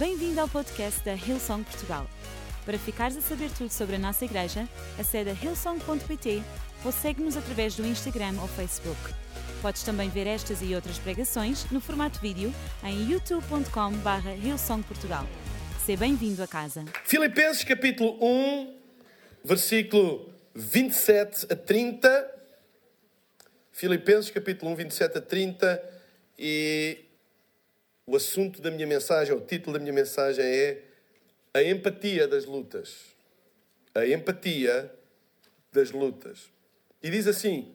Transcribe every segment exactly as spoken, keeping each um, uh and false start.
Bem-vindo ao podcast da Hillsong Portugal. Para ficares a saber tudo sobre a nossa igreja, acede a hillsong ponto pt ou segue-nos através do Instagram ou Facebook. Podes também ver estas e outras pregações no formato vídeo em youtube ponto com barra hillsong portugal. Seja bem-vindo a casa. Filipenses capítulo um, versículo vinte e sete a trinta. Filipenses capítulo um, vinte e sete a trinta. E o assunto da minha mensagem, o título da minha mensagem é a empatia das lutas. A empatia das lutas. E diz assim: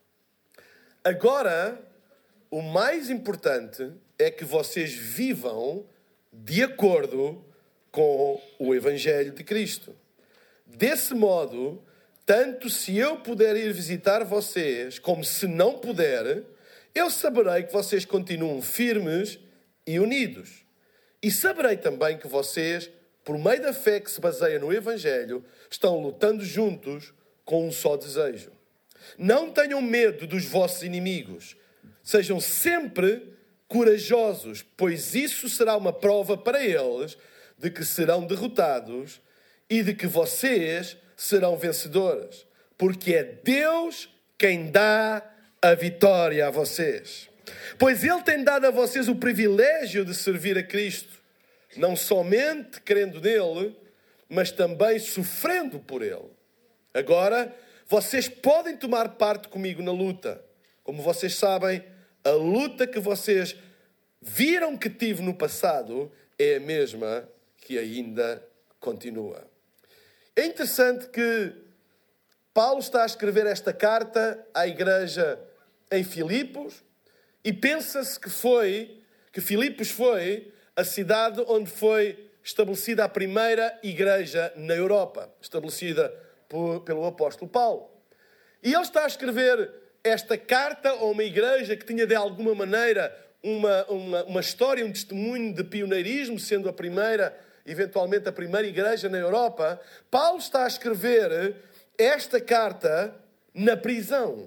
agora, o mais importante é que vocês vivam de acordo com o Evangelho de Cristo. Desse modo, tanto se eu puder ir visitar vocês, como se não puder, eu saberei que vocês continuam firmes e unidos. E saberei também que vocês, por meio da fé que se baseia no Evangelho, estão lutando juntos com um só desejo. Não tenham medo dos vossos inimigos. Sejam sempre corajosos, pois isso será uma prova para eles de que serão derrotados e de que vocês serão vencedores. Porque é Deus quem dá a vitória a vocês. Pois Ele tem dado a vocês o privilégio de servir a Cristo, não somente crendo nele, mas também sofrendo por Ele. Agora, vocês podem tomar parte comigo na luta. Como vocês sabem, a luta que vocês viram que tive no passado é a mesma que ainda continua. É interessante que Paulo está a escrever esta carta à igreja em Filipos e pensa-se que foi, que Filipos foi a cidade onde foi estabelecida a primeira igreja na Europa, estabelecida por, pelo apóstolo Paulo. E ele está a escrever esta carta a uma igreja que tinha de alguma maneira uma, uma, uma história, um testemunho de pioneirismo, sendo a primeira, eventualmente a primeira igreja na Europa. Paulo está a escrever esta carta na prisão.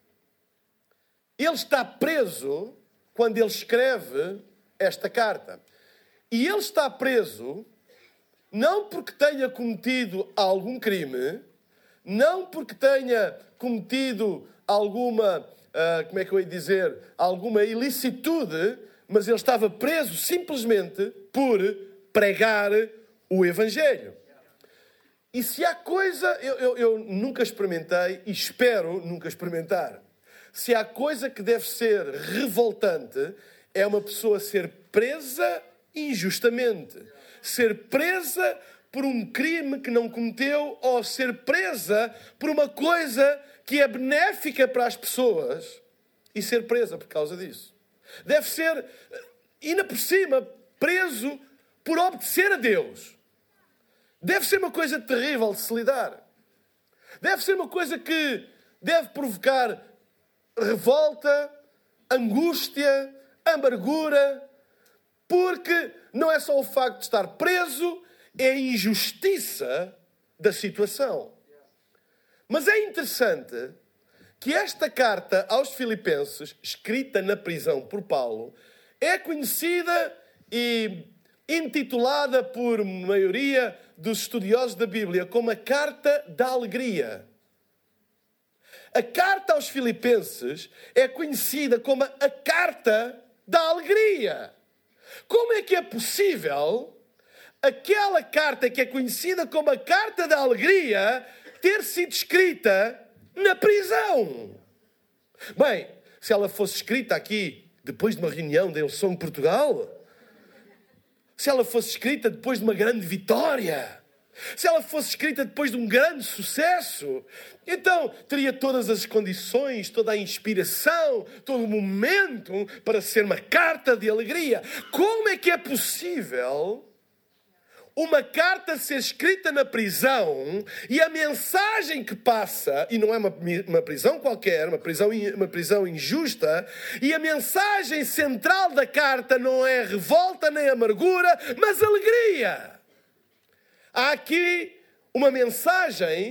Ele está preso quando ele escreve esta carta. E ele está preso não porque tenha cometido algum crime, não porque tenha cometido alguma, uh, como é que eu ia dizer, alguma ilicitude, mas ele estava preso simplesmente por pregar o Evangelho. E se há coisa, eu, eu, eu nunca experimentei e espero nunca experimentar, se há coisa que deve ser revoltante, é uma pessoa ser presa injustamente. Ser presa por um crime que não cometeu ou ser presa por uma coisa que é benéfica para as pessoas e ser presa por causa disso. Deve ser, ainda por cima, preso por obedecer a Deus. Deve ser uma coisa terrível de se lidar. Deve ser uma coisa que deve provocar revolta, angústia, amargura, porque não é só o facto de estar preso, é a injustiça da situação. Mas é interessante que esta carta aos Filipenses, escrita na prisão por Paulo, é conhecida e intitulada por maioria dos estudiosos da Bíblia como a Carta da Alegria. A carta aos Filipenses é conhecida como a Carta da Alegria. Como é que é possível aquela carta que é conhecida como a Carta da Alegria ter sido escrita na prisão? Bem, se ela fosse escrita aqui depois de uma reunião da Hillsong Portugal, se ela fosse escrita depois de uma grande vitória, se ela fosse escrita depois de um grande sucesso, então teria todas as condições, toda a inspiração, todo o momento para ser uma carta de alegria. Como é que é possível uma carta ser escrita na prisão e a mensagem que passa, e não é uma, uma prisão qualquer, uma prisão, uma prisão injusta, e a mensagem central da carta não é revolta nem amargura, mas alegria? Há aqui uma mensagem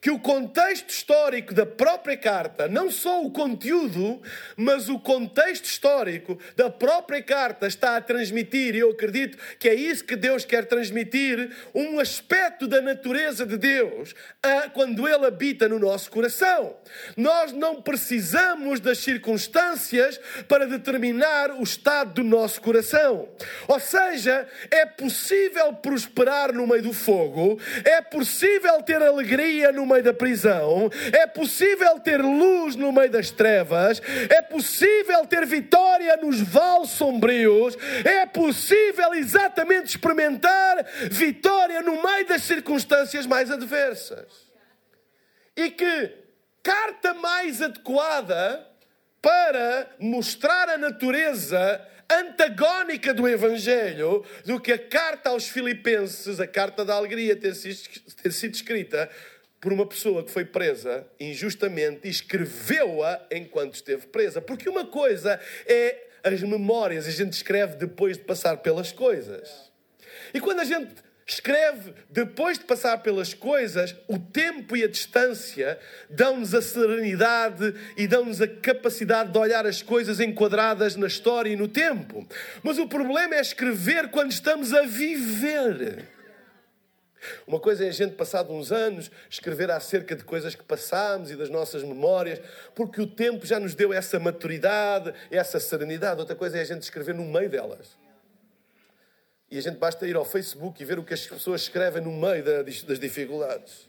que o contexto histórico da própria carta, não só o conteúdo, mas o contexto histórico da própria carta está a transmitir, e eu acredito que é isso que Deus quer transmitir, um aspecto da natureza de Deus a, quando Ele habita no nosso coração. Nós não precisamos das circunstâncias para determinar o estado do nosso coração. Ou seja, é possível prosperar no meio do fogo, é possível ter alegria no meio da prisão, é possível ter luz no meio das trevas, é possível ter vitória nos vales sombrios, é possível exatamente experimentar vitória no meio das circunstâncias mais adversas. E que carta mais adequada para mostrar a natureza antagónica do Evangelho do que a carta aos Filipenses, a carta da alegria, ter sido, ter sido escrita por uma pessoa que foi presa injustamente e escreveu-a enquanto esteve presa. Porque uma coisa é as memórias, a gente escreve depois de passar pelas coisas. E quando a gente escreve depois de passar pelas coisas, o tempo e a distância dão-nos a serenidade e dão-nos a capacidade de olhar as coisas enquadradas na história e no tempo. Mas o problema é escrever quando estamos a viver. Uma coisa é a gente, passado uns anos, escrever acerca de coisas que passámos e das nossas memórias, porque o tempo já nos deu essa maturidade, essa serenidade. Outra coisa é a gente escrever no meio delas. E a gente basta ir ao Facebook e ver o que as pessoas escrevem no meio das dificuldades.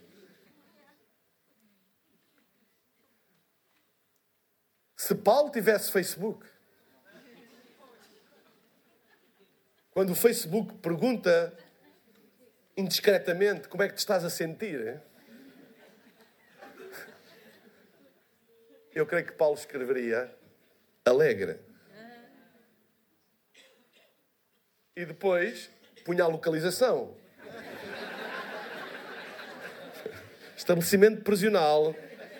Se Paulo tivesse Facebook, quando o Facebook pergunta indiscretamente como é que te estás a sentir, hein? Eu creio que Paulo escreveria alegre. E depois punha a localização. Estabelecimento prisional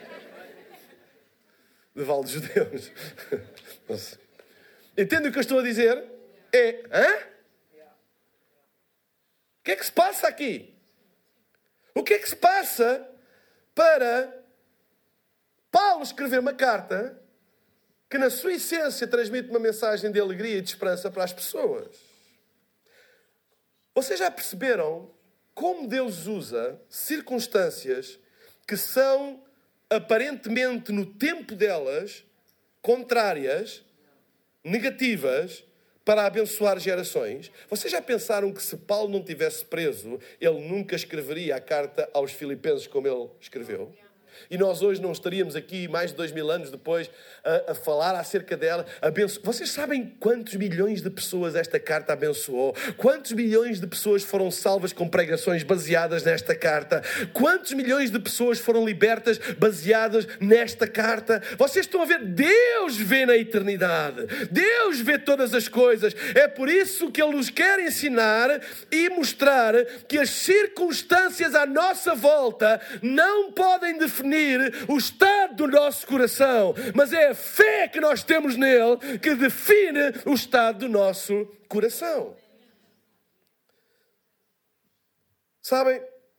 de Val dos Judeus. Entende o que eu estou a dizer? É, hã? O que é que se passa aqui? O que é que se passa para Paulo escrever uma carta que na sua essência transmite uma mensagem de alegria e de esperança para as pessoas? Vocês já perceberam como Deus usa circunstâncias que são aparentemente no tempo delas contrárias, negativas, para abençoar gerações? Vocês já pensaram que se Paulo não tivesse preso, ele nunca escreveria a carta aos Filipenses como ele escreveu? E nós hoje não estaríamos aqui, mais de dois mil anos depois, a, a falar acerca dela. Abenço... Vocês sabem quantos milhões de pessoas esta carta abençoou? Quantos milhões de pessoas foram salvas com pregações baseadas nesta carta? Quantos milhões de pessoas foram libertas baseadas nesta carta? Vocês estão a ver? Deus vê na eternidade. Deus vê todas as coisas. É por isso que Ele nos quer ensinar e mostrar que as circunstâncias à nossa volta não podem definir o estado do nosso coração, mas é a fé que nós temos nele que define o estado do nosso coração. Sabem,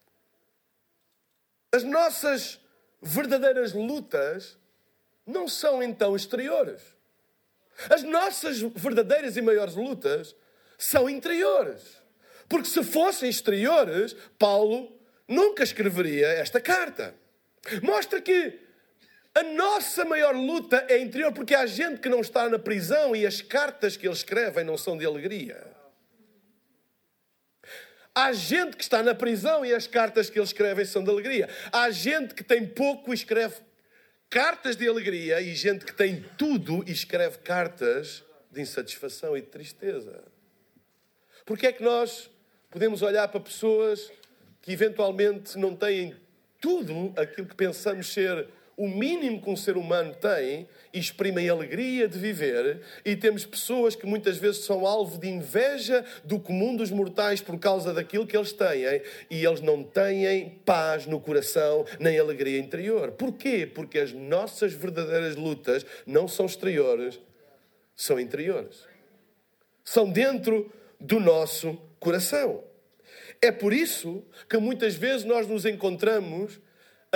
as nossas verdadeiras lutas não são então exteriores. As nossas verdadeiras e maiores lutas são interiores. Porque se fossem exteriores, Paulo nunca escreveria esta carta. Mostra que a nossa maior luta é interior, porque há gente que não está na prisão e as cartas que eles escrevem não são de alegria. Há gente que está na prisão e as cartas que eles escrevem são de alegria. Há gente que tem pouco e escreve cartas de alegria e gente que tem tudo e escreve cartas de insatisfação e de tristeza. Porque é que nós podemos olhar para pessoas que eventualmente não têm tudo aquilo que pensamos ser o mínimo que um ser humano tem e exprimem a alegria de viver, e temos pessoas que muitas vezes são alvo de inveja do comum dos mortais por causa daquilo que eles têm, e eles não têm paz no coração nem alegria interior. Porquê? Porque as nossas verdadeiras lutas não são exteriores, são interiores. São dentro do nosso coração. É por isso que muitas vezes nós nos encontramos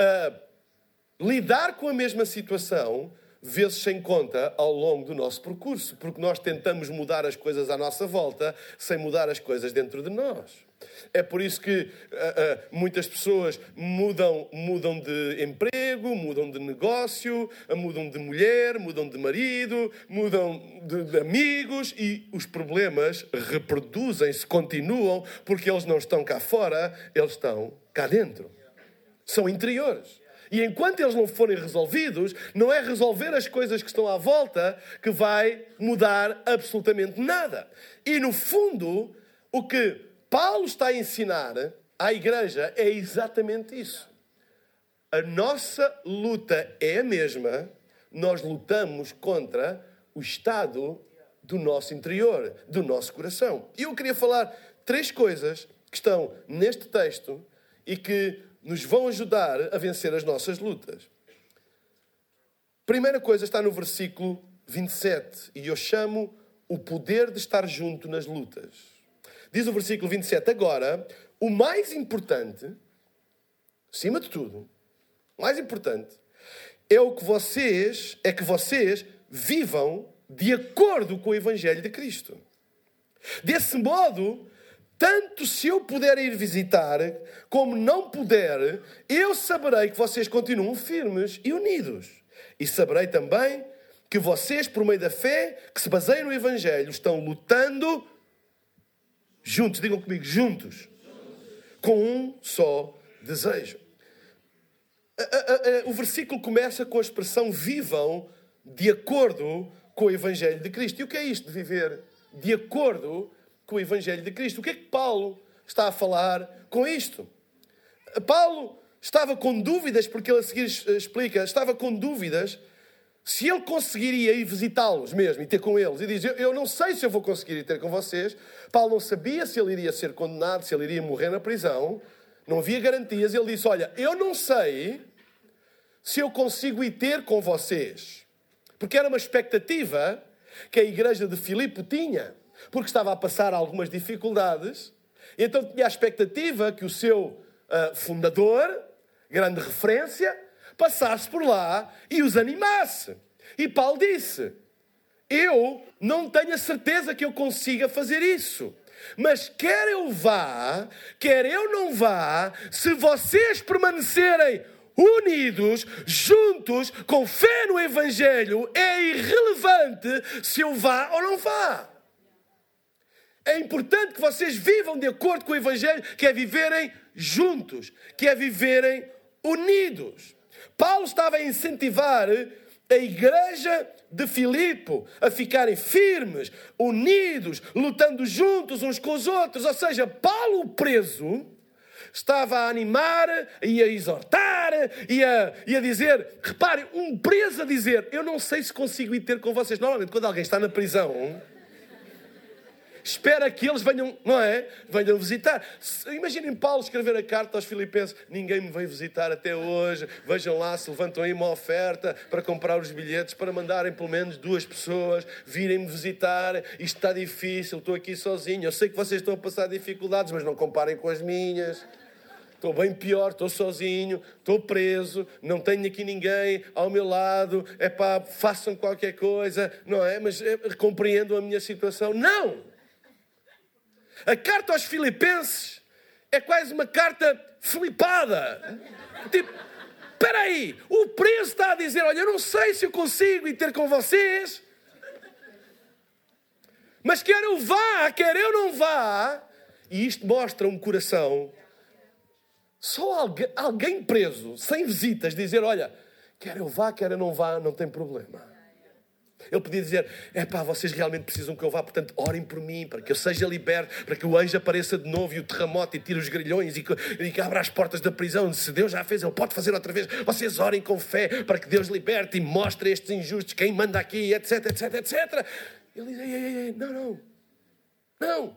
a lidar com a mesma situação vezes sem conta ao longo do nosso percurso, porque nós tentamos mudar as coisas à nossa volta sem mudar as coisas dentro de nós. É por isso que uh, uh, muitas pessoas mudam, mudam de emprego, mudam de negócio, mudam de mulher, mudam de marido, mudam de, de amigos e os problemas reproduzem-se, continuam, porque eles não estão cá fora, eles estão cá dentro. São interiores. E enquanto eles não forem resolvidos, não é resolver as coisas que estão à volta que vai mudar absolutamente nada. E no fundo, o que Paulo está a ensinar à igreja é exatamente isso. A nossa luta é a mesma, nós lutamos contra o estado do nosso interior, do nosso coração. E eu queria falar três coisas que estão neste texto e que nos vão ajudar a vencer as nossas lutas. Primeira coisa está no versículo vinte e sete, e eu chamo o poder de estar junto nas lutas. Diz o versículo vinte e sete, agora, o mais importante, acima de tudo, o mais importante, é o que vocês, é que vocês vivam de acordo com o Evangelho de Cristo. Desse modo, tanto se eu puder ir visitar, como não puder, eu saberei que vocês continuam firmes e unidos. E saberei também que vocês, por meio da fé, que se baseia no Evangelho, estão lutando juntos. Digam comigo, juntos. Com um só desejo. O versículo começa com a expressão vivam de acordo com o Evangelho de Cristo. E o que é isto de viver de acordo com o Evangelho de Cristo? O que é que Paulo está a falar com isto? Paulo estava com dúvidas, porque ele a seguir explica, estava com dúvidas se ele conseguiria ir visitá-los mesmo e ter com eles. E diz, eu, eu não sei se eu vou conseguir ir ter com vocês. Paulo não sabia se ele iria ser condenado, se ele iria morrer na prisão. Não havia garantias. Ele disse, olha, eu não sei se eu consigo ir ter com vocês. Porque era uma expectativa que a igreja de Filipe tinha. Porque estava a passar algumas dificuldades, e então tinha a expectativa que o seu uh, fundador, grande referência, passasse por lá e os animasse. E Paulo disse, eu não tenho a certeza que eu consiga fazer isso, mas quer eu vá, quer eu não vá, se vocês permanecerem unidos, juntos, com fé no Evangelho, é irrelevante se eu vá ou não vá. É importante que vocês vivam de acordo com o Evangelho, que é viverem juntos, que é viverem unidos. Paulo estava a incentivar a igreja de Filipe a ficarem firmes, unidos, lutando juntos uns com os outros. Ou seja, Paulo preso estava a animar e a exortar e a, e a dizer, reparem, um preso a dizer, eu não sei se consigo ir ter com vocês. Normalmente quando alguém está na prisão, espera que eles venham, não é? Venham visitar. Imaginem Paulo escrever a carta aos filipenses. Ninguém me veio visitar até hoje. Vejam lá se levantam aí uma oferta para comprar os bilhetes, para mandarem pelo menos duas pessoas virem-me visitar. Isto está difícil, estou aqui sozinho. Eu sei que vocês estão a passar dificuldades, mas não comparem com as minhas. Estou bem pior, estou sozinho, estou preso, não tenho aqui ninguém ao meu lado. É pá, façam qualquer coisa, não é? Mas é, compreendam a minha situação. Não! A carta aos filipenses é quase uma carta flipada. Tipo, espera aí, o preso está a dizer, olha, eu não sei se eu consigo ir ter com vocês, mas quer eu vá, quer eu não vá. E isto mostra um coração. Só alguém, alguém preso, sem visitas, dizer, olha, quer eu vá, quer eu não vá, não tem problema. Ele podia dizer, é pá, vocês realmente precisam que eu vá, portanto, orem por mim, para que eu seja liberto, para que o anjo apareça de novo e o terremoto e tire os grilhões e que, e que abra as portas da prisão. Se Deus já fez, Ele pode fazer outra vez. Vocês orem com fé para que Deus liberte e mostre a estes injustos quem manda aqui, etc, etc, etcétera. Ele diz, ei, ei, ei, não, não, não.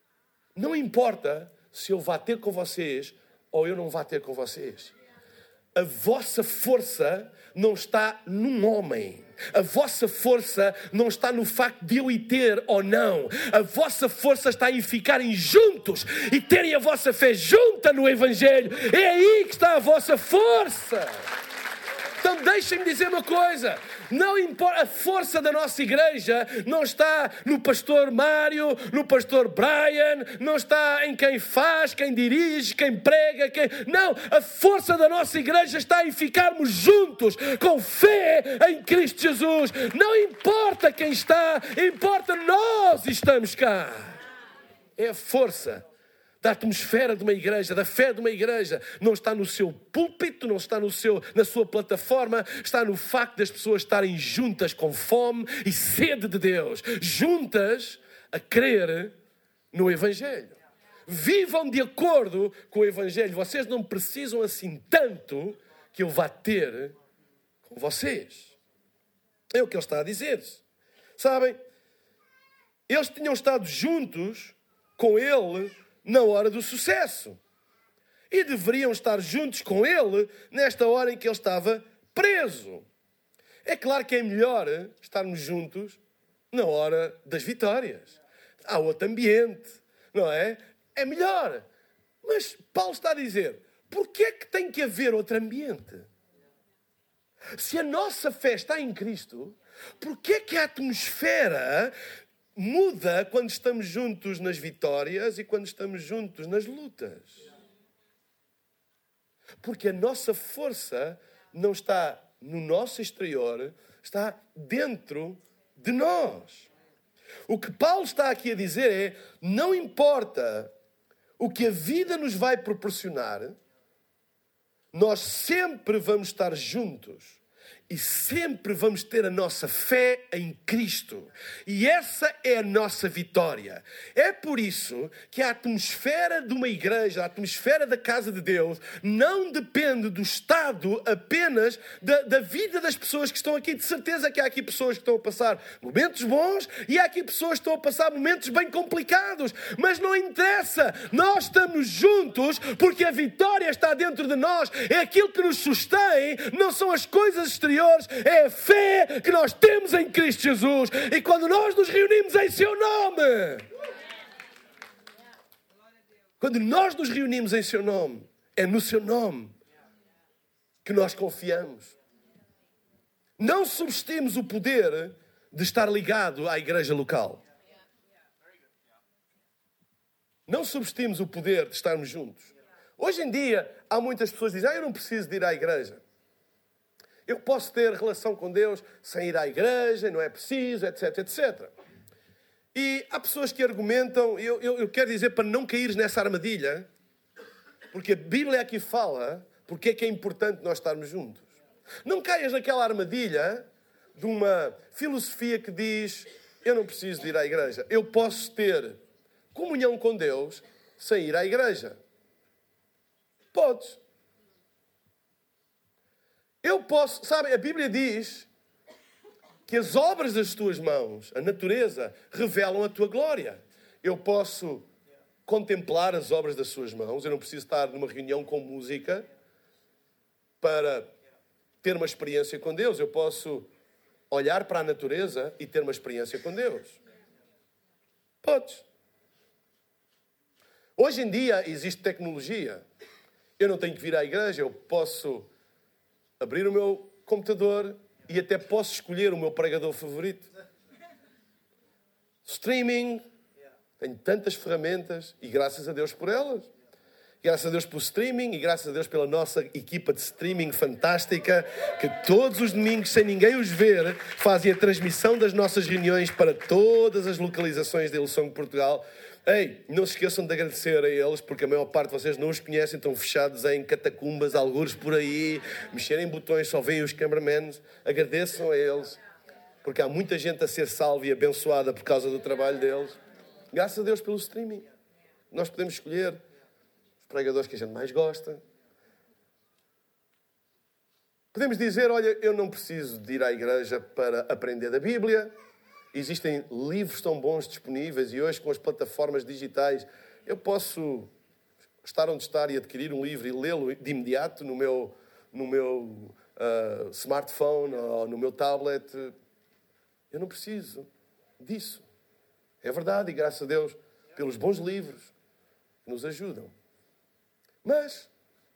Não importa se eu vá ter com vocês ou eu não vá ter com vocês. a vossa força não está num homem. A vossa força não está no facto de eu ir ter ou não. A vossa força está em ficarem juntos e terem a vossa fé junta no Evangelho. É aí que está a vossa força. Então deixem-me dizer uma coisa. Não importa, a força da nossa igreja não está no pastor Mário, no pastor Brian, não está em quem faz, quem dirige, quem prega, quem... Não, a força da nossa igreja está em ficarmos juntos, com fé em Cristo Jesus. Não importa quem está, importa nós estamos cá. É a força da atmosfera de uma igreja, da fé de uma igreja. Não está no seu púlpito, não está no seu, na sua plataforma, está no facto das pessoas estarem juntas com fome e sede de Deus, juntas a crer no Evangelho. Vivam de acordo com o Evangelho. Vocês não precisam assim tanto que eu vá ter com vocês. É o que ele está a dizer. Sabem? Eles tinham estado juntos com ele na hora do sucesso. E deveriam estar juntos com ele nesta hora em que ele estava preso. É claro que é melhor estarmos juntos na hora das vitórias. Há outro ambiente, não é? É melhor. Mas Paulo está a dizer, porquê é que tem que haver outro ambiente? Se a nossa fé está em Cristo, porquê é que a atmosfera muda quando estamos juntos nas vitórias e quando estamos juntos nas lutas? Porque a nossa força não está no nosso exterior, está dentro de nós. O que Paulo está aqui a dizer é, não importa o que a vida nos vai proporcionar, nós sempre vamos estar juntos. E sempre vamos ter a nossa fé em Cristo. E essa é a nossa vitória. É por isso que a atmosfera de uma igreja, a atmosfera da casa de Deus, não depende do estado apenas da, da vida das pessoas que estão aqui. De certeza que há aqui pessoas que estão a passar momentos bons e há aqui pessoas que estão a passar momentos bem complicados. Mas não interessa. Nós estamos juntos porque a vitória está dentro de nós. É aquilo que nos sustém, não são as coisas exteriores. É a fé que nós temos em Cristo Jesus. E quando nós nos reunimos em seu nome, quando nós nos reunimos em seu nome, é no seu nome que nós confiamos. Não subestimemos o poder de estar ligado à igreja local. Não subestimemos o poder de estarmos juntos. Hoje em dia, há muitas pessoas que dizem, ah, eu não preciso de ir à igreja. Eu posso ter relação com Deus sem ir à igreja, não é preciso, etc, etcétera. E há pessoas que argumentam, eu, eu, eu quero dizer para não caíres nessa armadilha, porque a Bíblia aqui fala porque é que é importante nós estarmos juntos. Não caias naquela armadilha de uma filosofia que diz, eu não preciso de ir à igreja. Eu posso ter comunhão com Deus sem ir à igreja. Podes. Eu posso, sabe, a Bíblia diz que as obras das tuas mãos, a natureza, revelam a tua glória. Eu posso contemplar as obras das suas mãos, eu não preciso estar numa reunião com música para ter uma experiência com Deus. Eu posso olhar para a natureza e ter uma experiência com Deus. Podes. Hoje em dia existe tecnologia. Eu não tenho que vir à igreja, eu posso abrir o meu computador e até posso escolher o meu pregador favorito. Streaming. Tenho tantas ferramentas e graças a Deus por elas. Graças a Deus pelo streaming e graças a Deus pela nossa equipa de streaming fantástica que todos os domingos, sem ninguém os ver, fazem a transmissão das nossas reuniões para todas as localizações da Hillsong Portugal. Ei, não se esqueçam de agradecer a eles, porque a maior parte de vocês não os conhecem, estão fechados em catacumbas, algures por aí, mexerem em botões, só veem os cameramans. Agradeçam a eles, porque há muita gente a ser salva e abençoada por causa do trabalho deles. Graças a Deus pelo streaming. Nós podemos escolher os pregadores que a gente mais gosta. Podemos dizer, olha, eu não preciso de ir à igreja para aprender da Bíblia. Existem livros tão bons disponíveis e hoje com as plataformas digitais eu posso estar onde estar e adquirir um livro e lê-lo de imediato no meu, no meu uh, smartphone ou no meu tablet. Eu não preciso disso. É verdade, e graças a Deus pelos bons livros que nos ajudam. Mas,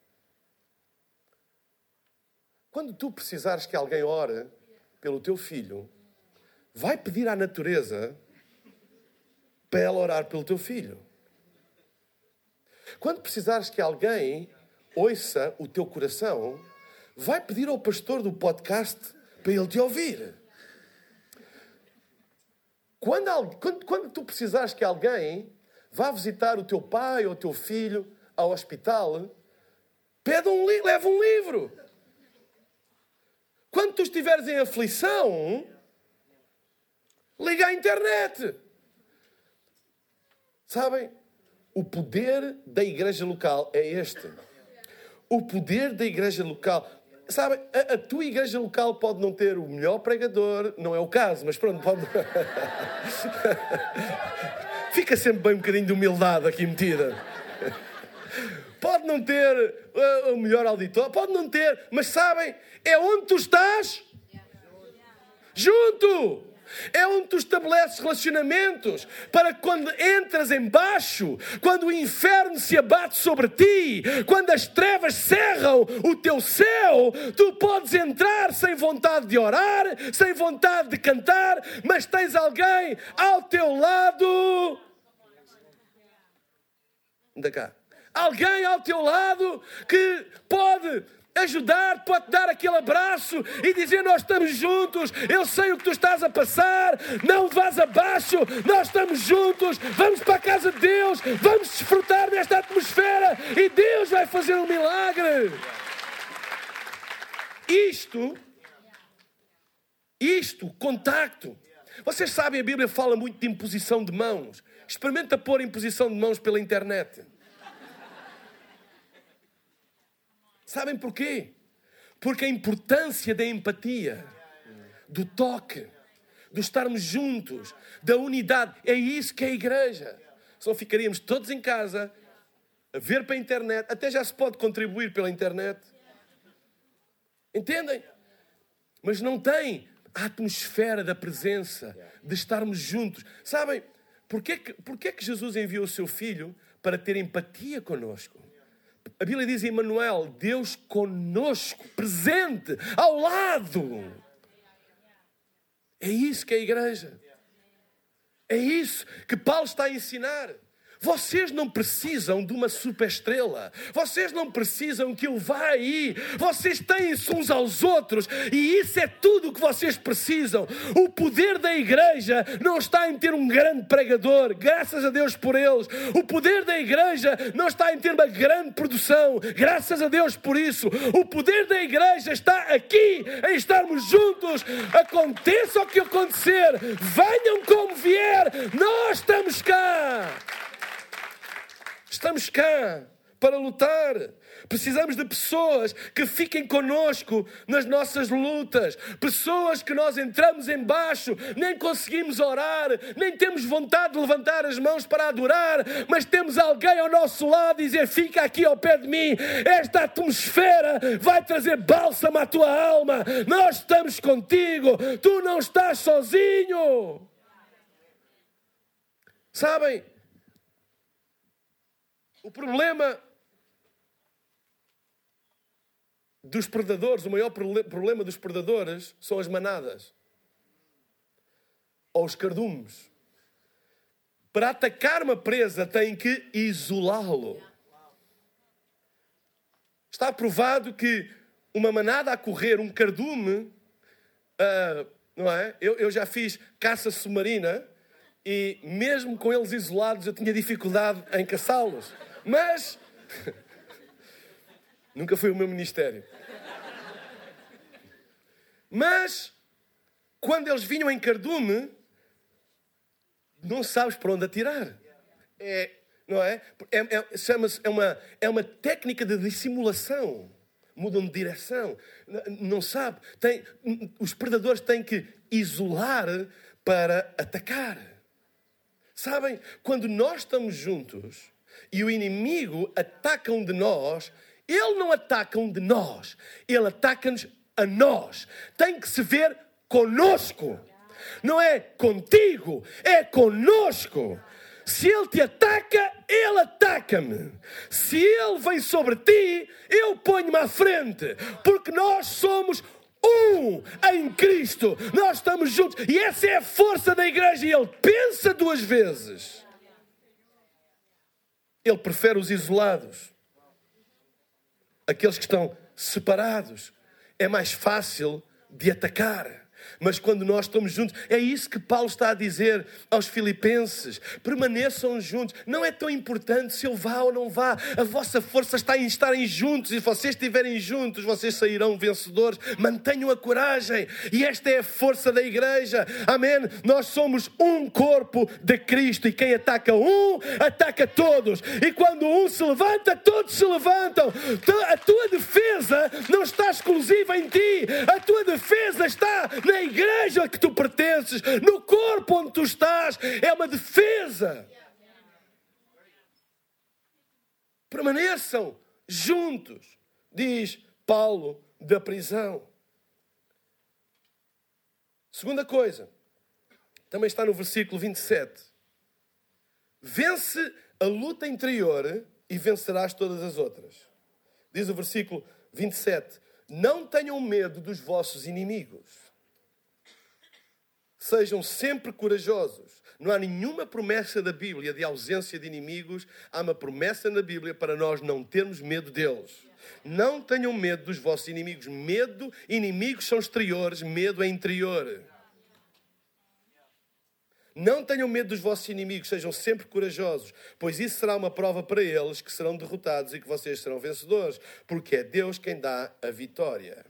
quando tu precisares que alguém ore pelo teu filho, vai pedir à natureza para ela orar pelo teu filho. Quando precisares que alguém ouça o teu coração, vai pedir ao pastor do podcast para ele te ouvir. Quando, quando, quando tu precisares que alguém vá visitar o teu pai ou o teu filho ao hospital, pede um li- leva um livro. Quando tu estiveres em aflição, liga à internet. Sabem? O poder da igreja local é este. O poder da igreja local. Sabem? A, a tua igreja local pode não ter o melhor pregador, não é o caso, mas pronto, pode. Fica sempre bem um bocadinho de humildade aqui metida. Pode não ter uh, o melhor auditor, pode não ter, mas sabem, é onde tu estás junto. É onde tu estabeleces relacionamentos para que quando entras em baixo, quando o inferno se abate sobre ti, quando as trevas cerram o teu céu, tu podes entrar sem vontade de orar, sem vontade de cantar, mas tens alguém ao teu lado. Anda cá. Alguém ao teu lado que pode ajudar, pode dar aquele abraço e dizer: nós estamos juntos, eu sei o que tu estás a passar, não vás abaixo, nós estamos juntos, vamos para a casa de Deus, vamos desfrutar desta atmosfera e Deus vai fazer um milagre. Isto, isto, contacto. Vocês sabem, a Bíblia fala muito de imposição de mãos. Experimenta pôr imposição de mãos pela internet. Sabem porquê? Porque a importância da empatia, do toque, de estarmos juntos, da unidade, é isso que é a igreja. Senão ficaríamos todos em casa, a ver para a internet, até já se pode contribuir pela internet. Entendem? Mas não tem a atmosfera da presença, de estarmos juntos. Sabem, porquê que, porquê que Jesus enviou o seu Filho para ter empatia connosco? A Bíblia diz em Emmanuel, Deus conosco, presente, ao lado. É isso que é a igreja. É isso que Paulo está a ensinar. Vocês não precisam de uma superestrela. Vocês não precisam que eu vá aí. Vocês têm-se uns aos outros. E isso é tudo o que vocês precisam. O poder da igreja não está em ter um grande pregador. Graças a Deus por eles. O poder da igreja não está em ter uma grande produção. Graças a Deus por isso. O poder da igreja está aqui, em estarmos juntos. Aconteça o que acontecer. Venham como vier. Nós estamos cá. Estamos cá para lutar. Precisamos de pessoas que fiquem connosco nas nossas lutas. Pessoas que nós entramos em baixo, nem conseguimos orar, nem temos vontade de levantar as mãos para adorar, mas temos alguém ao nosso lado e dizer: fica aqui ao pé de mim. Esta atmosfera vai trazer bálsamo à tua alma. Nós estamos contigo. Tu não estás sozinho. Sabem? O problema dos predadores, o maior problema dos predadores são as manadas ou os cardumes. Para atacar uma presa tem que isolá-lo. Está provado que uma manada a correr, um cardume, uh, não é? Eu, eu já fiz caça submarina e mesmo com eles isolados eu tinha dificuldade em caçá-los. Mas nunca foi o meu ministério. Mas quando eles vinham em cardume, não sabes para onde atirar. É, não é? É, é, chama-se, é, uma, é uma técnica de dissimulação. Mudam de direção. Não sabe. Tem, os predadores têm que isolar para atacar. Sabem? Quando nós estamos juntos e o inimigo ataca um de nós, Ele não ataca um de nós. Ele ataca-nos a nós. Tem que se ver conosco. Não é contigo, é conosco. Se ele te ataca, ele ataca-me. Se ele vem sobre ti, eu ponho-me à frente. Porque nós somos um em Cristo. Nós estamos juntos. E essa é a força da igreja. E ele pensa duas vezes. Ele prefere os isolados. Aqueles que estão separados. É mais fácil de atacar. Mas quando nós estamos juntos, é isso que Paulo está a dizer aos filipenses. Permaneçam juntos. Não é tão importante se eu vá ou não vá. A vossa força está em estarem juntos. E se vocês estiverem juntos, vocês sairão vencedores. Mantenham a coragem. E esta é a força da igreja. Amém? Nós somos um corpo de Cristo. E quem ataca um, ataca todos. E quando um se levanta, todos se levantam. A tua defesa não está exclusiva em ti. A tua defesa está na igreja que tu pertences, no corpo onde tu estás. É uma defesa. Permaneçam juntos, diz Paulo da prisão. Segunda coisa, também está no versículo vinte e sete. Vence a luta interior e vencerás todas as outras. Diz o versículo vinte e sete. Não tenham medo dos vossos inimigos. Sejam sempre corajosos. Não há nenhuma promessa da Bíblia de ausência de inimigos. Há uma promessa na Bíblia para nós não termos medo deles. Não tenham medo dos vossos inimigos. Medo, inimigos são exteriores, medo é interior. Não tenham medo dos vossos inimigos, sejam sempre corajosos, pois isso será uma prova para eles que serão derrotados e que vocês serão vencedores, porque é Deus quem dá a vitória.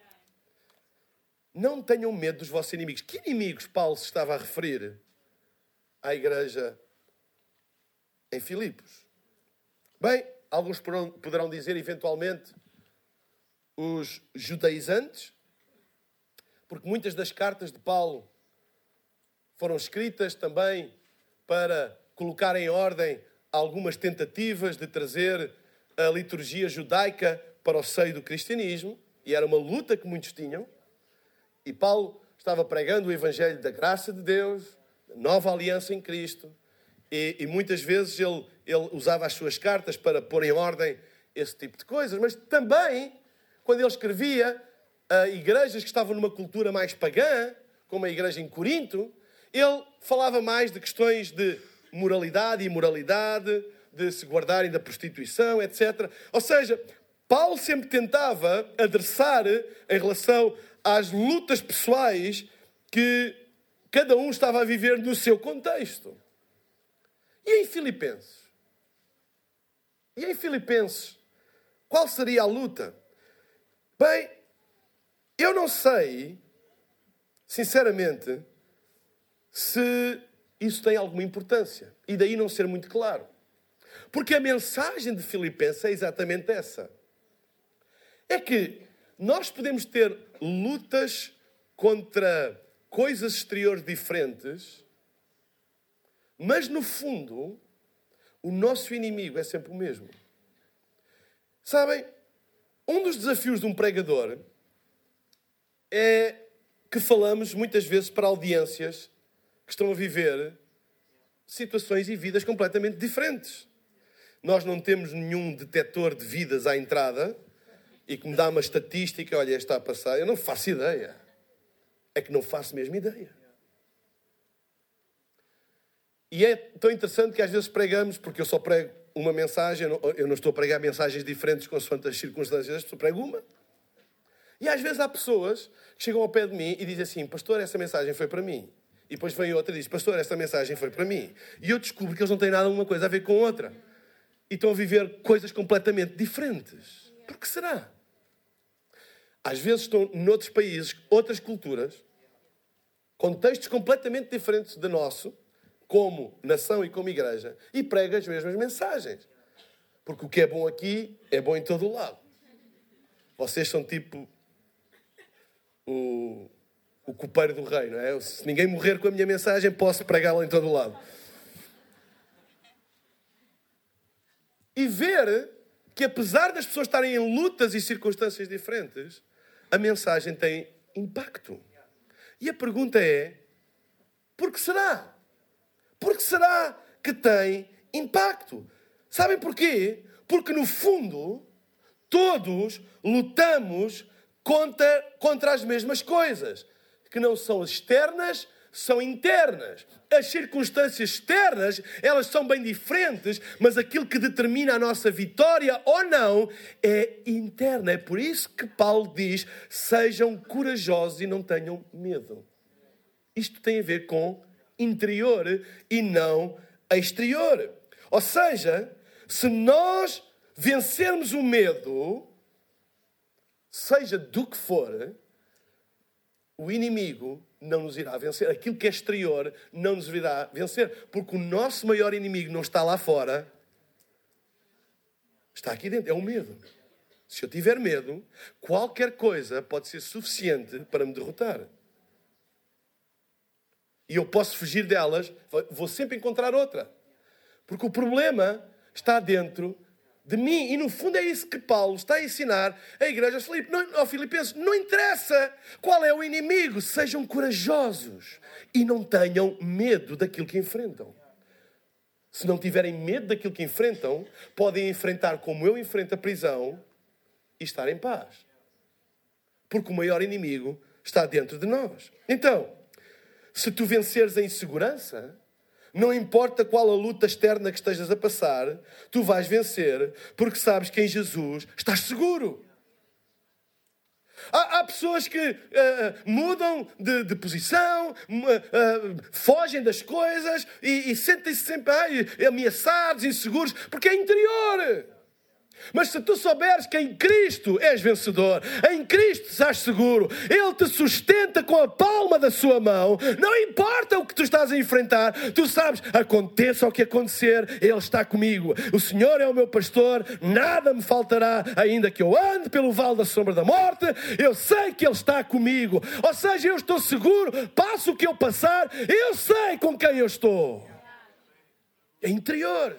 Não tenham medo dos vossos inimigos. Que inimigos Paulo se estava a referir à igreja em Filipos? Bem, alguns poderão dizer, eventualmente, os judaizantes, porque muitas das cartas de Paulo foram escritas também para colocar em ordem algumas tentativas de trazer a liturgia judaica para o seio do cristianismo, e era uma luta que muitos tinham. E Paulo estava pregando o evangelho da graça de Deus, da nova aliança em Cristo. E, e muitas vezes ele, ele usava as suas cartas para pôr em ordem esse tipo de coisas. Mas também, quando ele escrevia a igrejas que estavam numa cultura mais pagã, como a igreja em Corinto, ele falava mais de questões de moralidade e imoralidade, de se guardarem da prostituição, etcétera. Ou seja, Paulo sempre tentava adressar em relação às lutas pessoais que cada um estava a viver no seu contexto. E em Filipenses? E em Filipenses, qual seria a luta? Bem, eu não sei, sinceramente, se isso tem alguma importância. E daí não ser muito claro. Porque a mensagem de Filipenses é exatamente essa. É que nós podemos ter lutas contra coisas exteriores diferentes, mas no fundo, o nosso inimigo é sempre o mesmo. Sabem, um dos desafios de um pregador é que falamos muitas vezes para audiências que estão a viver situações e vidas completamente diferentes. Nós não temos nenhum detector de vidas à entrada e que me dá uma estatística, olha, está a passar. Eu não faço ideia. É que não faço mesmo ideia. E é tão interessante que às vezes pregamos, porque eu só prego uma mensagem, eu não estou a pregar mensagens diferentes consoante as circunstâncias, eu só prego uma. E às vezes há pessoas que chegam ao pé de mim e dizem assim, pastor, essa mensagem foi para mim. E depois vem outra e diz, pastor, esta mensagem foi para mim. E eu descubro que eles não têm nada uma coisa a ver com outra. E estão a viver coisas completamente diferentes. Por que será? Às vezes estão noutros países, outras culturas, contextos completamente diferentes do nosso, como nação e como igreja, e pregam as mesmas mensagens. Porque o que é bom aqui é bom em todo o lado. Vocês são tipo o, o copeiro do rei, não é? Se ninguém morrer com a minha mensagem, posso pregá-la em todo o lado. E ver que apesar das pessoas estarem em lutas e circunstâncias diferentes, a mensagem tem impacto. E a pergunta é, por que será? Por que será que tem impacto? Sabem porquê? Porque no fundo, todos lutamos contra, contra as mesmas coisas, que não são externas, são internas. As circunstâncias externas, elas são bem diferentes, mas aquilo que determina a nossa vitória ou não é interna. É por isso que Paulo diz, sejam corajosos e não tenham medo. Isto tem a ver com interior e não exterior. Ou seja, se nós vencermos o medo, seja do que for, o inimigo não nos irá vencer. Aquilo que é exterior não nos irá vencer. Porque o nosso maior inimigo não está lá fora. Está aqui dentro. É o medo. Se eu tiver medo, qualquer coisa pode ser suficiente para me derrotar. E eu posso fugir delas. Vou sempre encontrar outra. Porque o problema está dentro de mim. E no fundo é isso que Paulo está a ensinar à igreja aos Filipenses. Não, aos Filipenses. Não interessa qual é o inimigo. Sejam corajosos e não tenham medo daquilo que enfrentam. Se não tiverem medo daquilo que enfrentam, podem enfrentar como eu enfrento a prisão e estar em paz. Porque o maior inimigo está dentro de nós. Então, se tu venceres a insegurança, não importa qual a luta externa que estejas a passar, tu vais vencer, porque sabes que em Jesus estás seguro. Há, há pessoas que uh, mudam de, de posição, uh, uh, fogem das coisas e, e sentem-se sempre ai, ameaçados, inseguros, porque é interior. Mas se tu souberes que em Cristo és vencedor, em Cristo estás seguro, Ele te sustenta com a palma da sua mão, não importa o que tu estás a enfrentar, tu sabes, aconteça o que acontecer, Ele está comigo. O Senhor é o meu pastor, nada me faltará, ainda que eu ande pelo vale da sombra da morte, eu sei que Ele está comigo. Ou seja, eu estou seguro, passo o que eu passar, eu sei com quem eu estou. É interior.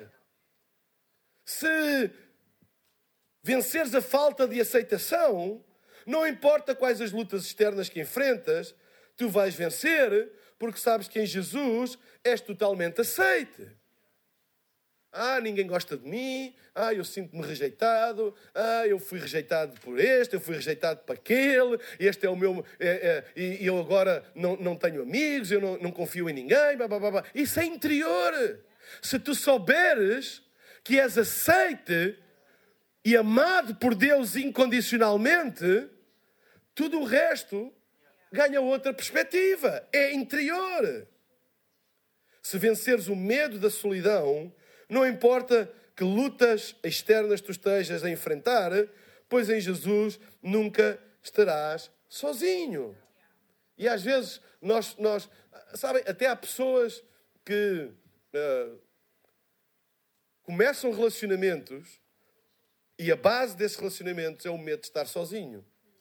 Se venceres a falta de aceitação, não importa quais as lutas externas que enfrentas, tu vais vencer, porque sabes que em Jesus és totalmente aceite. Ah, ninguém gosta de mim, ah, eu sinto-me rejeitado, ah, eu fui rejeitado por este, eu fui rejeitado por aquele, este é o meu, é, é, e eu agora não, não tenho amigos, eu não, não confio em ninguém, blá, blá, blá, blá. Isso é interior. Se tu souberes que és aceite e amado por Deus incondicionalmente, tudo o resto ganha outra perspectiva. É interior. Se venceres o medo da solidão, não importa que lutas externas tu estejas a enfrentar, pois em Jesus nunca estarás sozinho. E às vezes, nós, nós sabem, até há pessoas que uh, começam relacionamentos e a base desses relacionamentos é o medo de estar sozinho.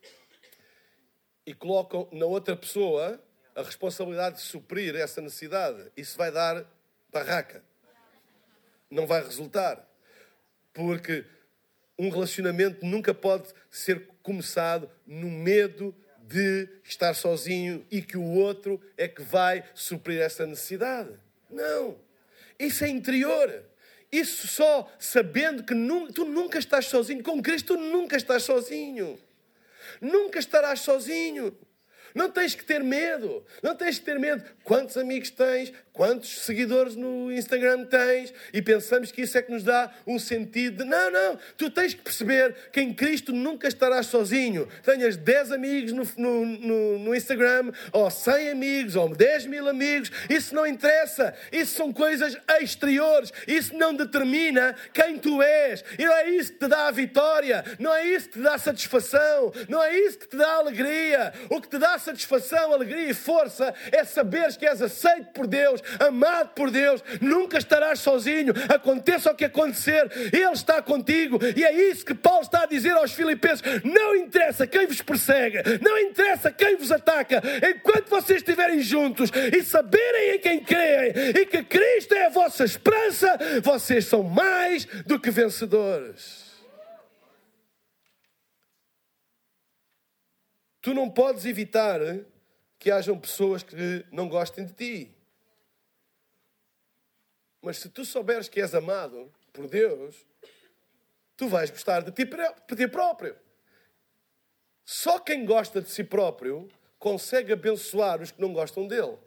E colocam na outra pessoa a responsabilidade de suprir essa necessidade. Isso vai dar barraca. Não vai resultar. Porque um relacionamento nunca pode ser começado no medo de estar sozinho e que o outro é que vai suprir essa necessidade. Não. Isso é interior. Isso só sabendo que nu- tu nunca estás sozinho. Com Cristo tu nunca estás sozinho. Nunca estarás sozinho. Não tens que ter medo. Não tens que ter medo. Quantos amigos tens? Quantos seguidores no Instagram tens? E pensamos que isso é que nos dá um sentido de... Não, não. Tu tens que perceber que em Cristo nunca estarás sozinho. Tenhas dez amigos no, no, no, no Instagram, ou cem amigos, ou dez mil amigos. Isso não interessa. Isso são coisas exteriores. Isso não determina quem tu és. E não é isso que te dá a vitória. Não é isso que te dá satisfação. Não é isso que te dá alegria. O que te dá satisfação, alegria e força é saberes que és aceito por Deus, amado por Deus, nunca estarás sozinho, aconteça o que acontecer, Ele está contigo. E é isso que Paulo está a dizer aos Filipenses: não interessa quem vos persegue, não interessa quem vos ataca, enquanto vocês estiverem juntos e saberem em quem creem e que Cristo é a vossa esperança, vocês são mais do que vencedores. Tu não podes evitar que hajam pessoas que não gostem de ti. Mas se tu souberes que és amado por Deus, tu vais gostar de ti, de ti próprio. Só quem gosta de si próprio consegue abençoar os que não gostam dele.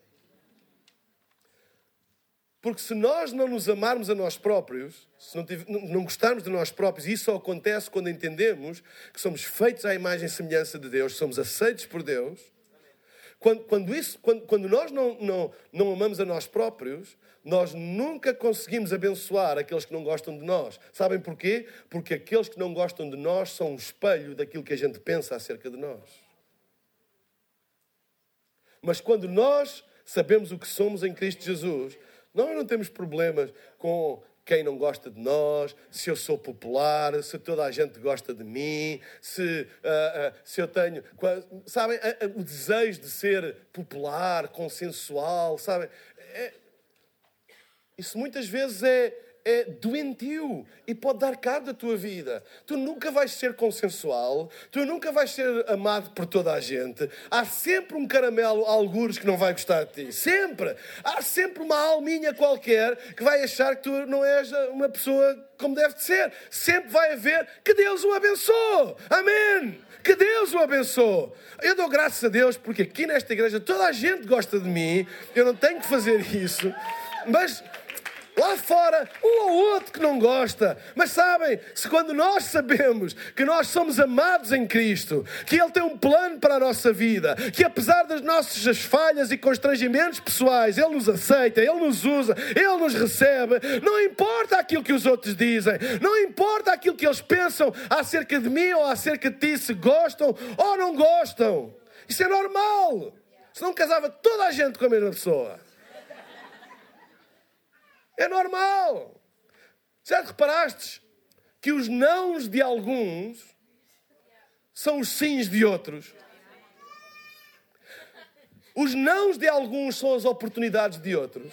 Porque se nós não nos amarmos a nós próprios, se não, tiv- não gostarmos de nós próprios, e isso só acontece quando entendemos que somos feitos à imagem e semelhança de Deus, somos aceitos por Deus. Quando, quando, isso, quando, quando nós não, não, não amamos a nós próprios, nós nunca conseguimos abençoar aqueles que não gostam de nós. Sabem porquê? Porque aqueles que não gostam de nós são um espelho daquilo que a gente pensa acerca de nós. Mas quando nós sabemos o que somos em Cristo Jesus, nós não temos problemas com quem não gosta de nós, se eu sou popular, se toda a gente gosta de mim, se, uh, uh, se eu tenho... Sabem, uh, uh, o desejo de ser popular, consensual, sabem? É, isso muitas vezes é, é doentio e pode dar cabo da tua vida. Tu nunca vais ser consensual, tu nunca vais ser amado por toda a gente. Há sempre um caramelo, algures, que não vai gostar de ti. Sempre! Há sempre uma alminha qualquer que vai achar que tu não és uma pessoa como deve de ser. Sempre vai haver. Que Deus o abençoe! Amém! Que Deus o abençoe! Eu dou graças a Deus porque aqui nesta igreja toda a gente gosta de mim. Eu não tenho que fazer isso. Mas... lá fora, um ou outro que não gosta. Mas sabem, se quando nós sabemos que nós somos amados em Cristo, que Ele tem um plano para a nossa vida, que apesar das nossas falhas e constrangimentos pessoais, Ele nos aceita, Ele nos usa, Ele nos recebe, não importa aquilo que os outros dizem, não importa aquilo que eles pensam acerca de mim ou acerca de ti, se gostam ou não gostam. Isso é normal. Senão casava toda a gente com a mesma pessoa. É normal. Já reparaste que os nãos de alguns são os sims de outros? Os nãos de alguns são as oportunidades de outros.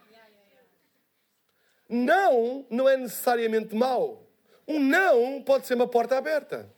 Não, não é necessariamente mau. Um não pode ser uma porta aberta.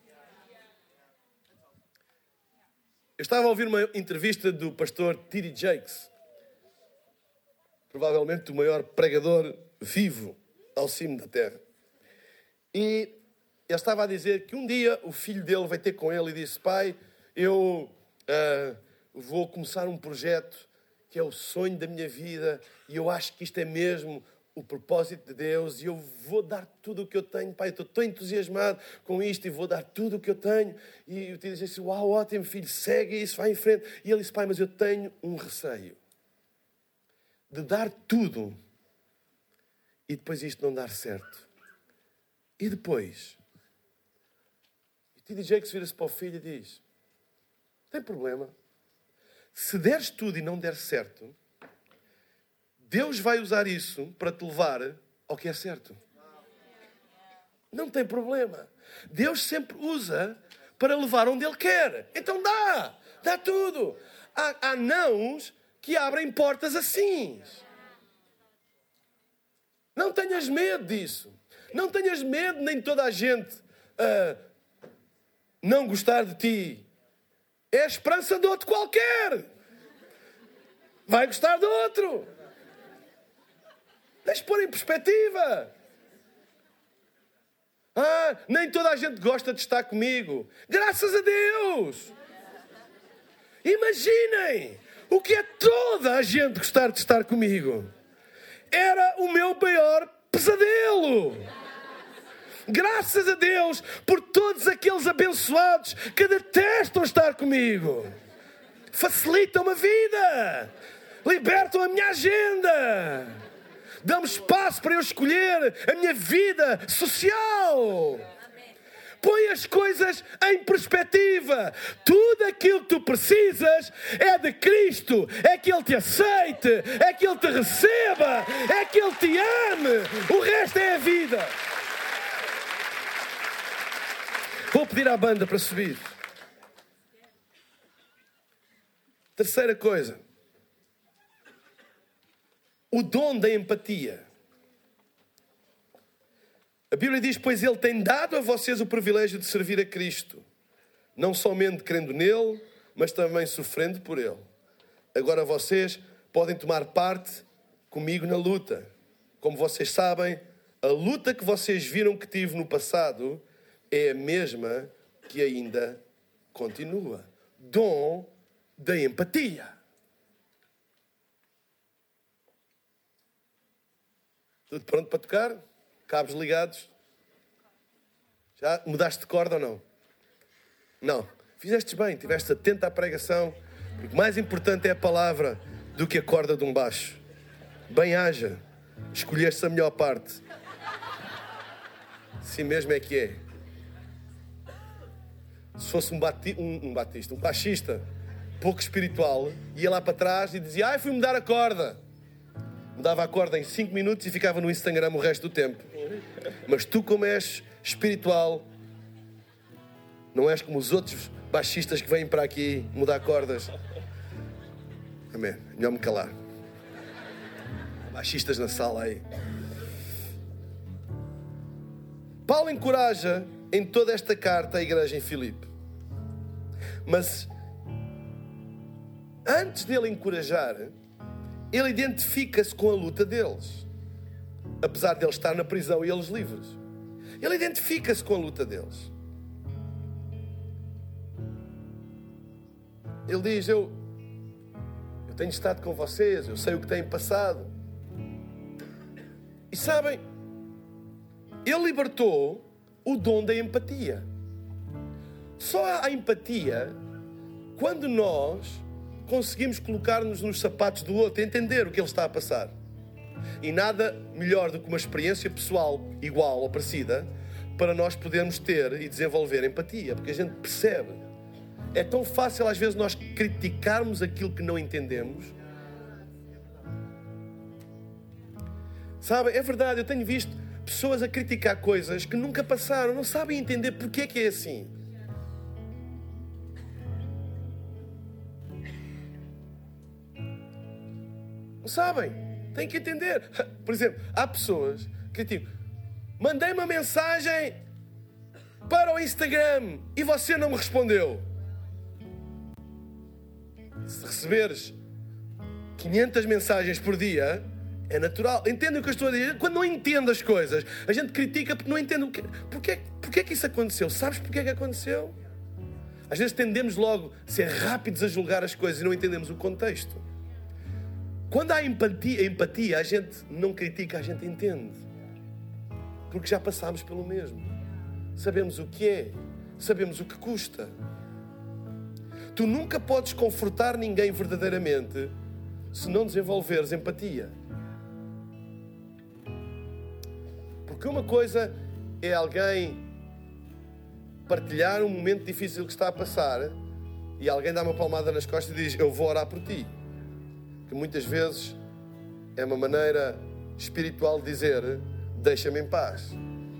Eu estava a ouvir uma entrevista do pastor T D Jakes. Provavelmente o maior pregador vivo ao cimo da terra. E ele estava a dizer que um dia o filho dele vai ter com ele e disse: pai, eu uh, vou começar um projeto que é o sonho da minha vida e eu acho que isto é mesmo o propósito de Deus e eu vou dar tudo o que eu tenho. Pai, eu estou tão entusiasmado com isto e vou dar tudo o que eu tenho. E eu te disse assim: uau, ótimo filho, segue isso, vai em frente. E ele disse: pai, mas eu tenho um receio de dar tudo e depois isto não dar certo. E depois? E T D Jakes vira-se para o filho e diz: tem problema. Se deres tudo e não der certo, Deus vai usar isso para te levar ao que é certo. Não tem problema. Deus sempre usa para levar onde Ele quer. Então dá. Dá tudo. Há, há nãos que abrem portas assim. Não tenhas medo disso. Não tenhas medo nem toda a gente uh, não gostar de ti. É a esperança de outro qualquer. Vai gostar de outro. Deixa pôr em perspectiva. Ah, nem toda a gente gosta de estar comigo. Graças a Deus. Imaginem o que é toda a gente gostar de estar comigo. Era o meu maior pesadelo. Graças a Deus por todos aqueles abençoados que detestam estar comigo. Facilitam a vida. Libertam a minha agenda. Dão-me espaço para eu escolher a minha vida social. Põe as coisas em perspectiva. Tudo aquilo que tu precisas é de Cristo. É que Ele te aceite. É que Ele te receba. É que Ele te ame. O resto é a vida. Vou pedir à banda para subir. Terceira coisa. O dom da empatia. A Bíblia diz: pois Ele tem dado a vocês o privilégio de servir a Cristo, não somente crendo nele, mas também sofrendo por ele. Agora vocês podem tomar parte comigo na luta. Como vocês sabem, a luta que vocês viram que tive no passado é a mesma que ainda continua. Dom da empatia. Tudo pronto para tocar? Cabos ligados? Já mudaste de corda ou não? Não. Fizeste bem, estiveste atento à pregação, porque mais importante é a palavra do que a corda de um baixo. Bem-haja. Escolheste a melhor parte. Assim mesmo é que é. Se fosse um, bati- um, um batista, um baixista pouco espiritual, ia lá para trás e dizia: ai, fui mudar a corda. Mudava a corda em cinco minutos e ficava no Instagram o resto do tempo. Mas tu, como és espiritual, não és como os outros baixistas que vêm para aqui mudar cordas. Amém. Melhor me calar. Baixistas na sala aí. Paulo encoraja em toda esta carta a igreja em Filipe. Mas antes dele encorajar, ele identifica-se com a luta deles. Apesar de ele estar na prisão e eles livres. Ele identifica-se com a luta deles. Ele diz: eu, eu tenho estado com vocês, eu sei o que têm passado. E sabem, ele libertou o dom da empatia. Só há empatia quando nós conseguimos colocar-nos nos sapatos do outro, entender o que ele está a passar. E nada melhor do que uma experiência pessoal igual ou parecida para nós podermos ter e desenvolver empatia, porque a gente percebe. É tão fácil às vezes nós criticarmos aquilo que não entendemos. Sabe, é verdade, eu tenho visto pessoas a criticar coisas que nunca passaram, não sabem entender porque é que é assim. Não sabem, têm que entender. Por exemplo, há pessoas que criticam: mandei uma mensagem para o Instagram e você não me respondeu. Se receberes quinhentas mensagens por dia, é natural. Entendem o que eu estou a dizer? Quando não entende as coisas, a gente critica porque não entende o que... Porquê, porquê que isso aconteceu? Sabes porquê que aconteceu? Às vezes tendemos logo a ser rápidos a julgar as coisas e não entendemos o contexto. Quando há empatia, empatia, a gente não critica, a gente entende. Porque já passámos pelo mesmo. Sabemos o que é. Sabemos o que custa. Tu nunca podes confortar ninguém verdadeiramente se não desenvolveres empatia. Porque uma coisa é alguém partilhar um momento difícil que está a passar e alguém dá uma palmada nas costas e diz: eu vou orar por ti. Que muitas vezes é uma maneira espiritual de dizer: deixa-me em paz.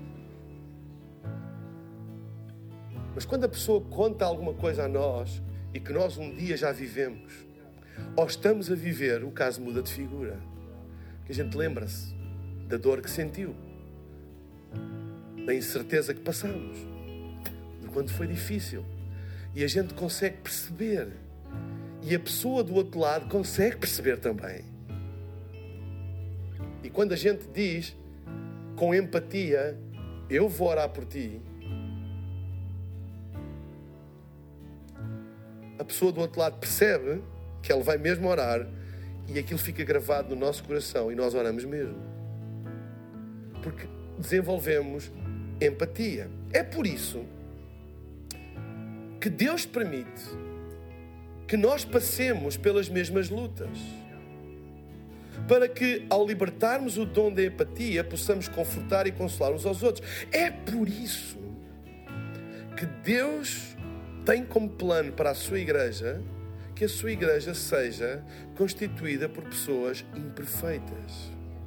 Mas quando a pessoa conta alguma coisa a nós e que nós um dia já vivemos, ou estamos a viver, o caso muda de figura. Que a gente lembra-se da dor que sentiu, da incerteza que passamos, do quanto foi difícil. E a gente consegue perceber. E a pessoa do outro lado consegue perceber também. E quando a gente diz com empatia: eu vou orar por ti, a pessoa do outro lado percebe que ela vai mesmo orar e aquilo fica gravado no nosso coração e nós oramos mesmo. Porque desenvolvemos empatia. É por isso que Deus permite que nós passemos pelas mesmas lutas, para que, ao libertarmos o dom da empatia, possamos confortar e consolar uns aos outros. É por isso que Deus tem como plano para a sua igreja que a sua igreja seja constituída por pessoas imperfeitas.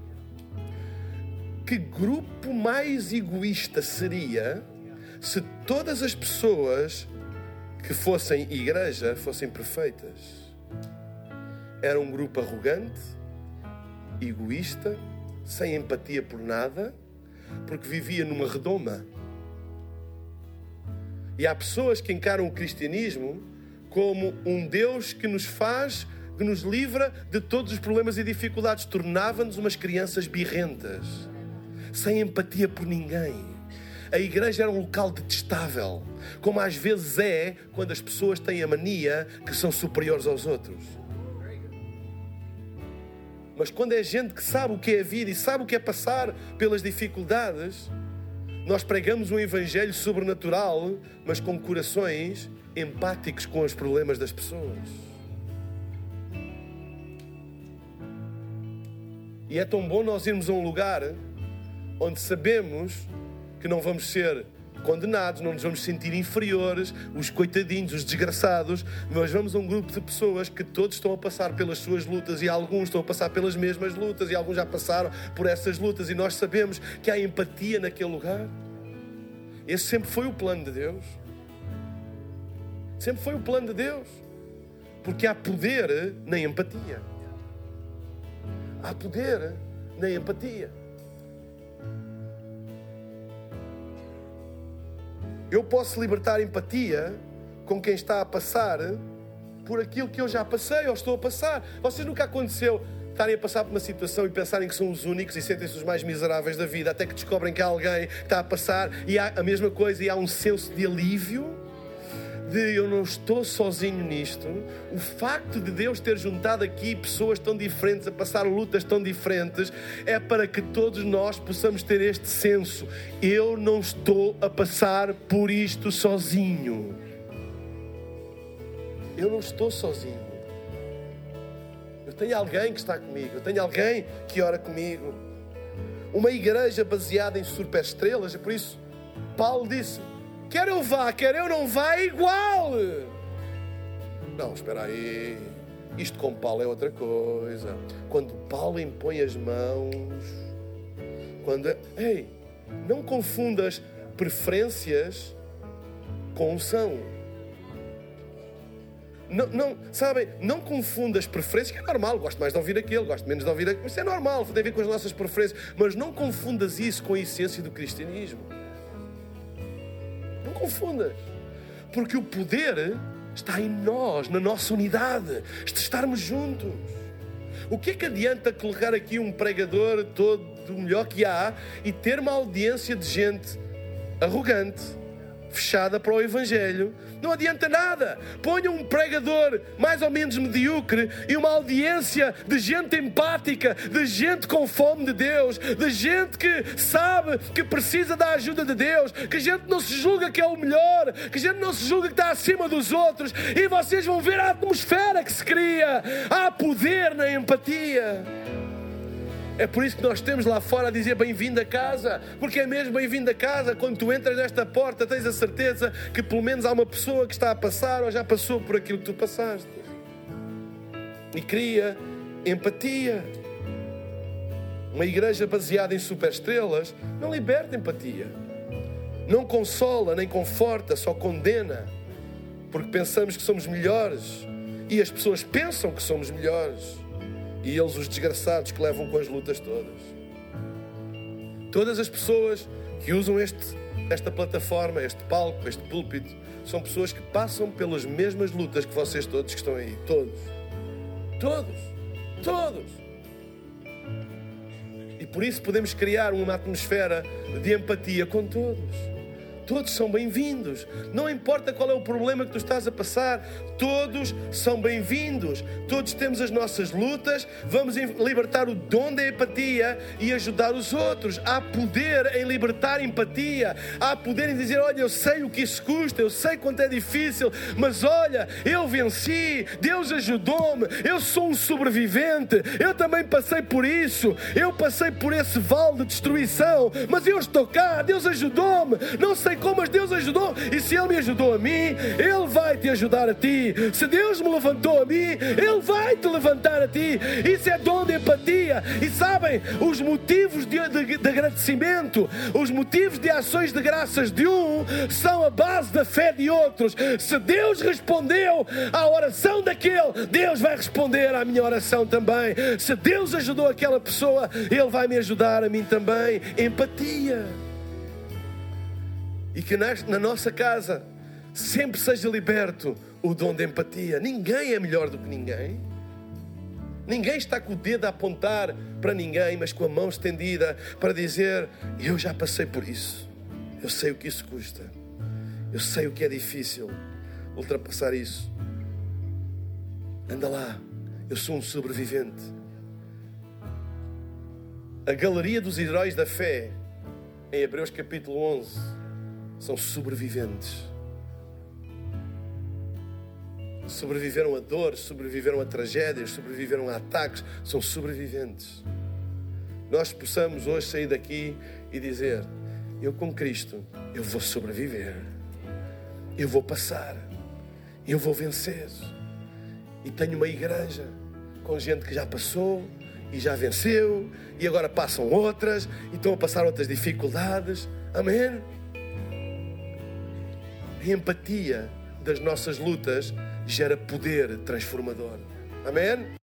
Que grupo mais egoísta seria se todas as pessoas que fossem igreja fossem perfeitas? Era um grupo arrogante, egoísta, sem empatia por nada, porque vivia numa redoma. E há pessoas que encaram o cristianismo como um Deus que nos faz, que nos livra de todos os problemas e dificuldades. Tornava-nos umas crianças birrentas, sem empatia por ninguém. A igreja era um local detestável, como às vezes é quando as pessoas têm a mania que são superiores aos outros. Mas quando é gente que sabe o que é a vida e sabe o que é passar pelas dificuldades, nós pregamos um evangelho sobrenatural, mas com corações empáticos com os problemas das pessoas. E é tão bom nós irmos a um lugar onde sabemos que não vamos ser condenados, não nos vamos sentir inferiores, os coitadinhos, os desgraçados, mas vamos a um grupo de pessoas que todos estão a passar pelas suas lutas e alguns estão a passar pelas mesmas lutas e alguns já passaram por essas lutas e nós sabemos que há empatia naquele lugar. Esse sempre foi o plano de Deus. Sempre foi o plano de Deus. Porque há poder na empatia. Há poder na empatia. Eu posso libertar empatia com quem está a passar por aquilo que eu já passei ou estou a passar. Vocês nunca aconteceu estarem a passar por uma situação e pensarem que são os únicos e sentem-se os mais miseráveis da vida, até que descobrem que há alguém que está a passar e há a mesma coisa e há um senso de alívio, de eu não estou sozinho nisto. O facto de Deus ter juntado aqui pessoas tão diferentes, a passar lutas tão diferentes, é para que todos nós possamos ter este senso. Eu não estou a passar por isto sozinho. Eu não estou sozinho. Eu tenho alguém que está comigo. Eu tenho alguém que ora comigo. Uma igreja baseada em superestrelas. E por isso Paulo disse: quer eu vá, quer eu não vá, é igual. Não, espera aí. Isto com Paulo é outra coisa. Quando Paulo impõe as mãos, quando... Ei, não confundas preferências com unção. Não, não, sabem, não confundas preferências, que é normal, gosto mais de ouvir aquele, gosto menos de ouvir aquele. Isso é normal, tem a ver com as nossas preferências. Mas não confundas isso com a essência do cristianismo. Não confundas. Porque o poder está em nós, na nossa unidade, de estarmos juntos. O que é que adianta colocar aqui um pregador todo o melhor que há e ter uma audiência de gente arrogante, fechada para o evangelho? Não adianta nada. Ponha um pregador mais ou menos medíocre e uma audiência de gente empática, de gente com fome de Deus, de gente que sabe que precisa da ajuda de Deus, que gente não se julga que é o melhor, que gente não se julga que está acima dos outros, e vocês vão ver a atmosfera que se cria. Há poder na empatia. É por isso que nós temos lá fora a dizer bem-vindo a casa, porque é mesmo bem-vindo a casa. Quando tu entras nesta porta, tens a certeza que pelo menos há uma pessoa que está a passar ou já passou por aquilo que tu passaste. E cria empatia. Uma igreja baseada em superestrelas não liberta empatia. Não consola nem conforta, só condena. Porque pensamos que somos melhores e as pessoas pensam que somos melhores. E eles, os desgraçados, que levam com as lutas todas. Todas as pessoas que usam este, esta plataforma, este palco, este púlpito, são pessoas que passam pelas mesmas lutas que vocês todos que estão aí. Todos. Todos. Todos. E por isso podemos criar uma atmosfera de empatia com todos. Todos são bem-vindos. Não importa qual é o problema que tu estás a passar, todos são bem-vindos. Todos temos as nossas lutas. Vamos libertar o dom da empatia e ajudar os outros. Há poder em libertar empatia. Há poder em dizer: olha, eu sei o que isso custa, eu sei quanto é difícil, mas olha, eu venci, Deus ajudou-me, eu sou um sobrevivente, eu também passei por isso, eu passei por esse vale de destruição, mas eu estou cá, Deus ajudou-me. Não sei como, mas Deus ajudou, e se Ele me ajudou a mim, Ele vai te ajudar a ti. Se Deus me levantou a mim, Ele vai te levantar a ti. Isso é dom de empatia. E sabem, os motivos de, de, de agradecimento, os motivos de ações de graças de um, são a base da fé de outros. Se Deus respondeu à oração daquele, Deus vai responder à minha oração também. Se Deus ajudou aquela pessoa, Ele vai me ajudar a mim também. Empatia. E que na nossa casa sempre seja liberto o dom de empatia. Ninguém é melhor do que ninguém. Ninguém está com o dedo a apontar para ninguém, mas com a mão estendida para dizer: eu já passei por isso. Eu sei o que isso custa. Eu sei o que é difícil ultrapassar isso. Anda lá, eu sou um sobrevivente. A galeria dos heróis da fé, em Hebreus capítulo onze, são sobreviventes. Sobreviveram a dores, sobreviveram a tragédias, sobreviveram a ataques, são sobreviventes. Nós possamos hoje sair daqui e dizer: eu com Cristo, eu vou sobreviver, eu vou passar, eu vou vencer. E tenho uma igreja com gente que já passou e já venceu, e agora passam outras, e estão a passar outras dificuldades. Amém? A empatia das nossas lutas gera poder transformador. Amém?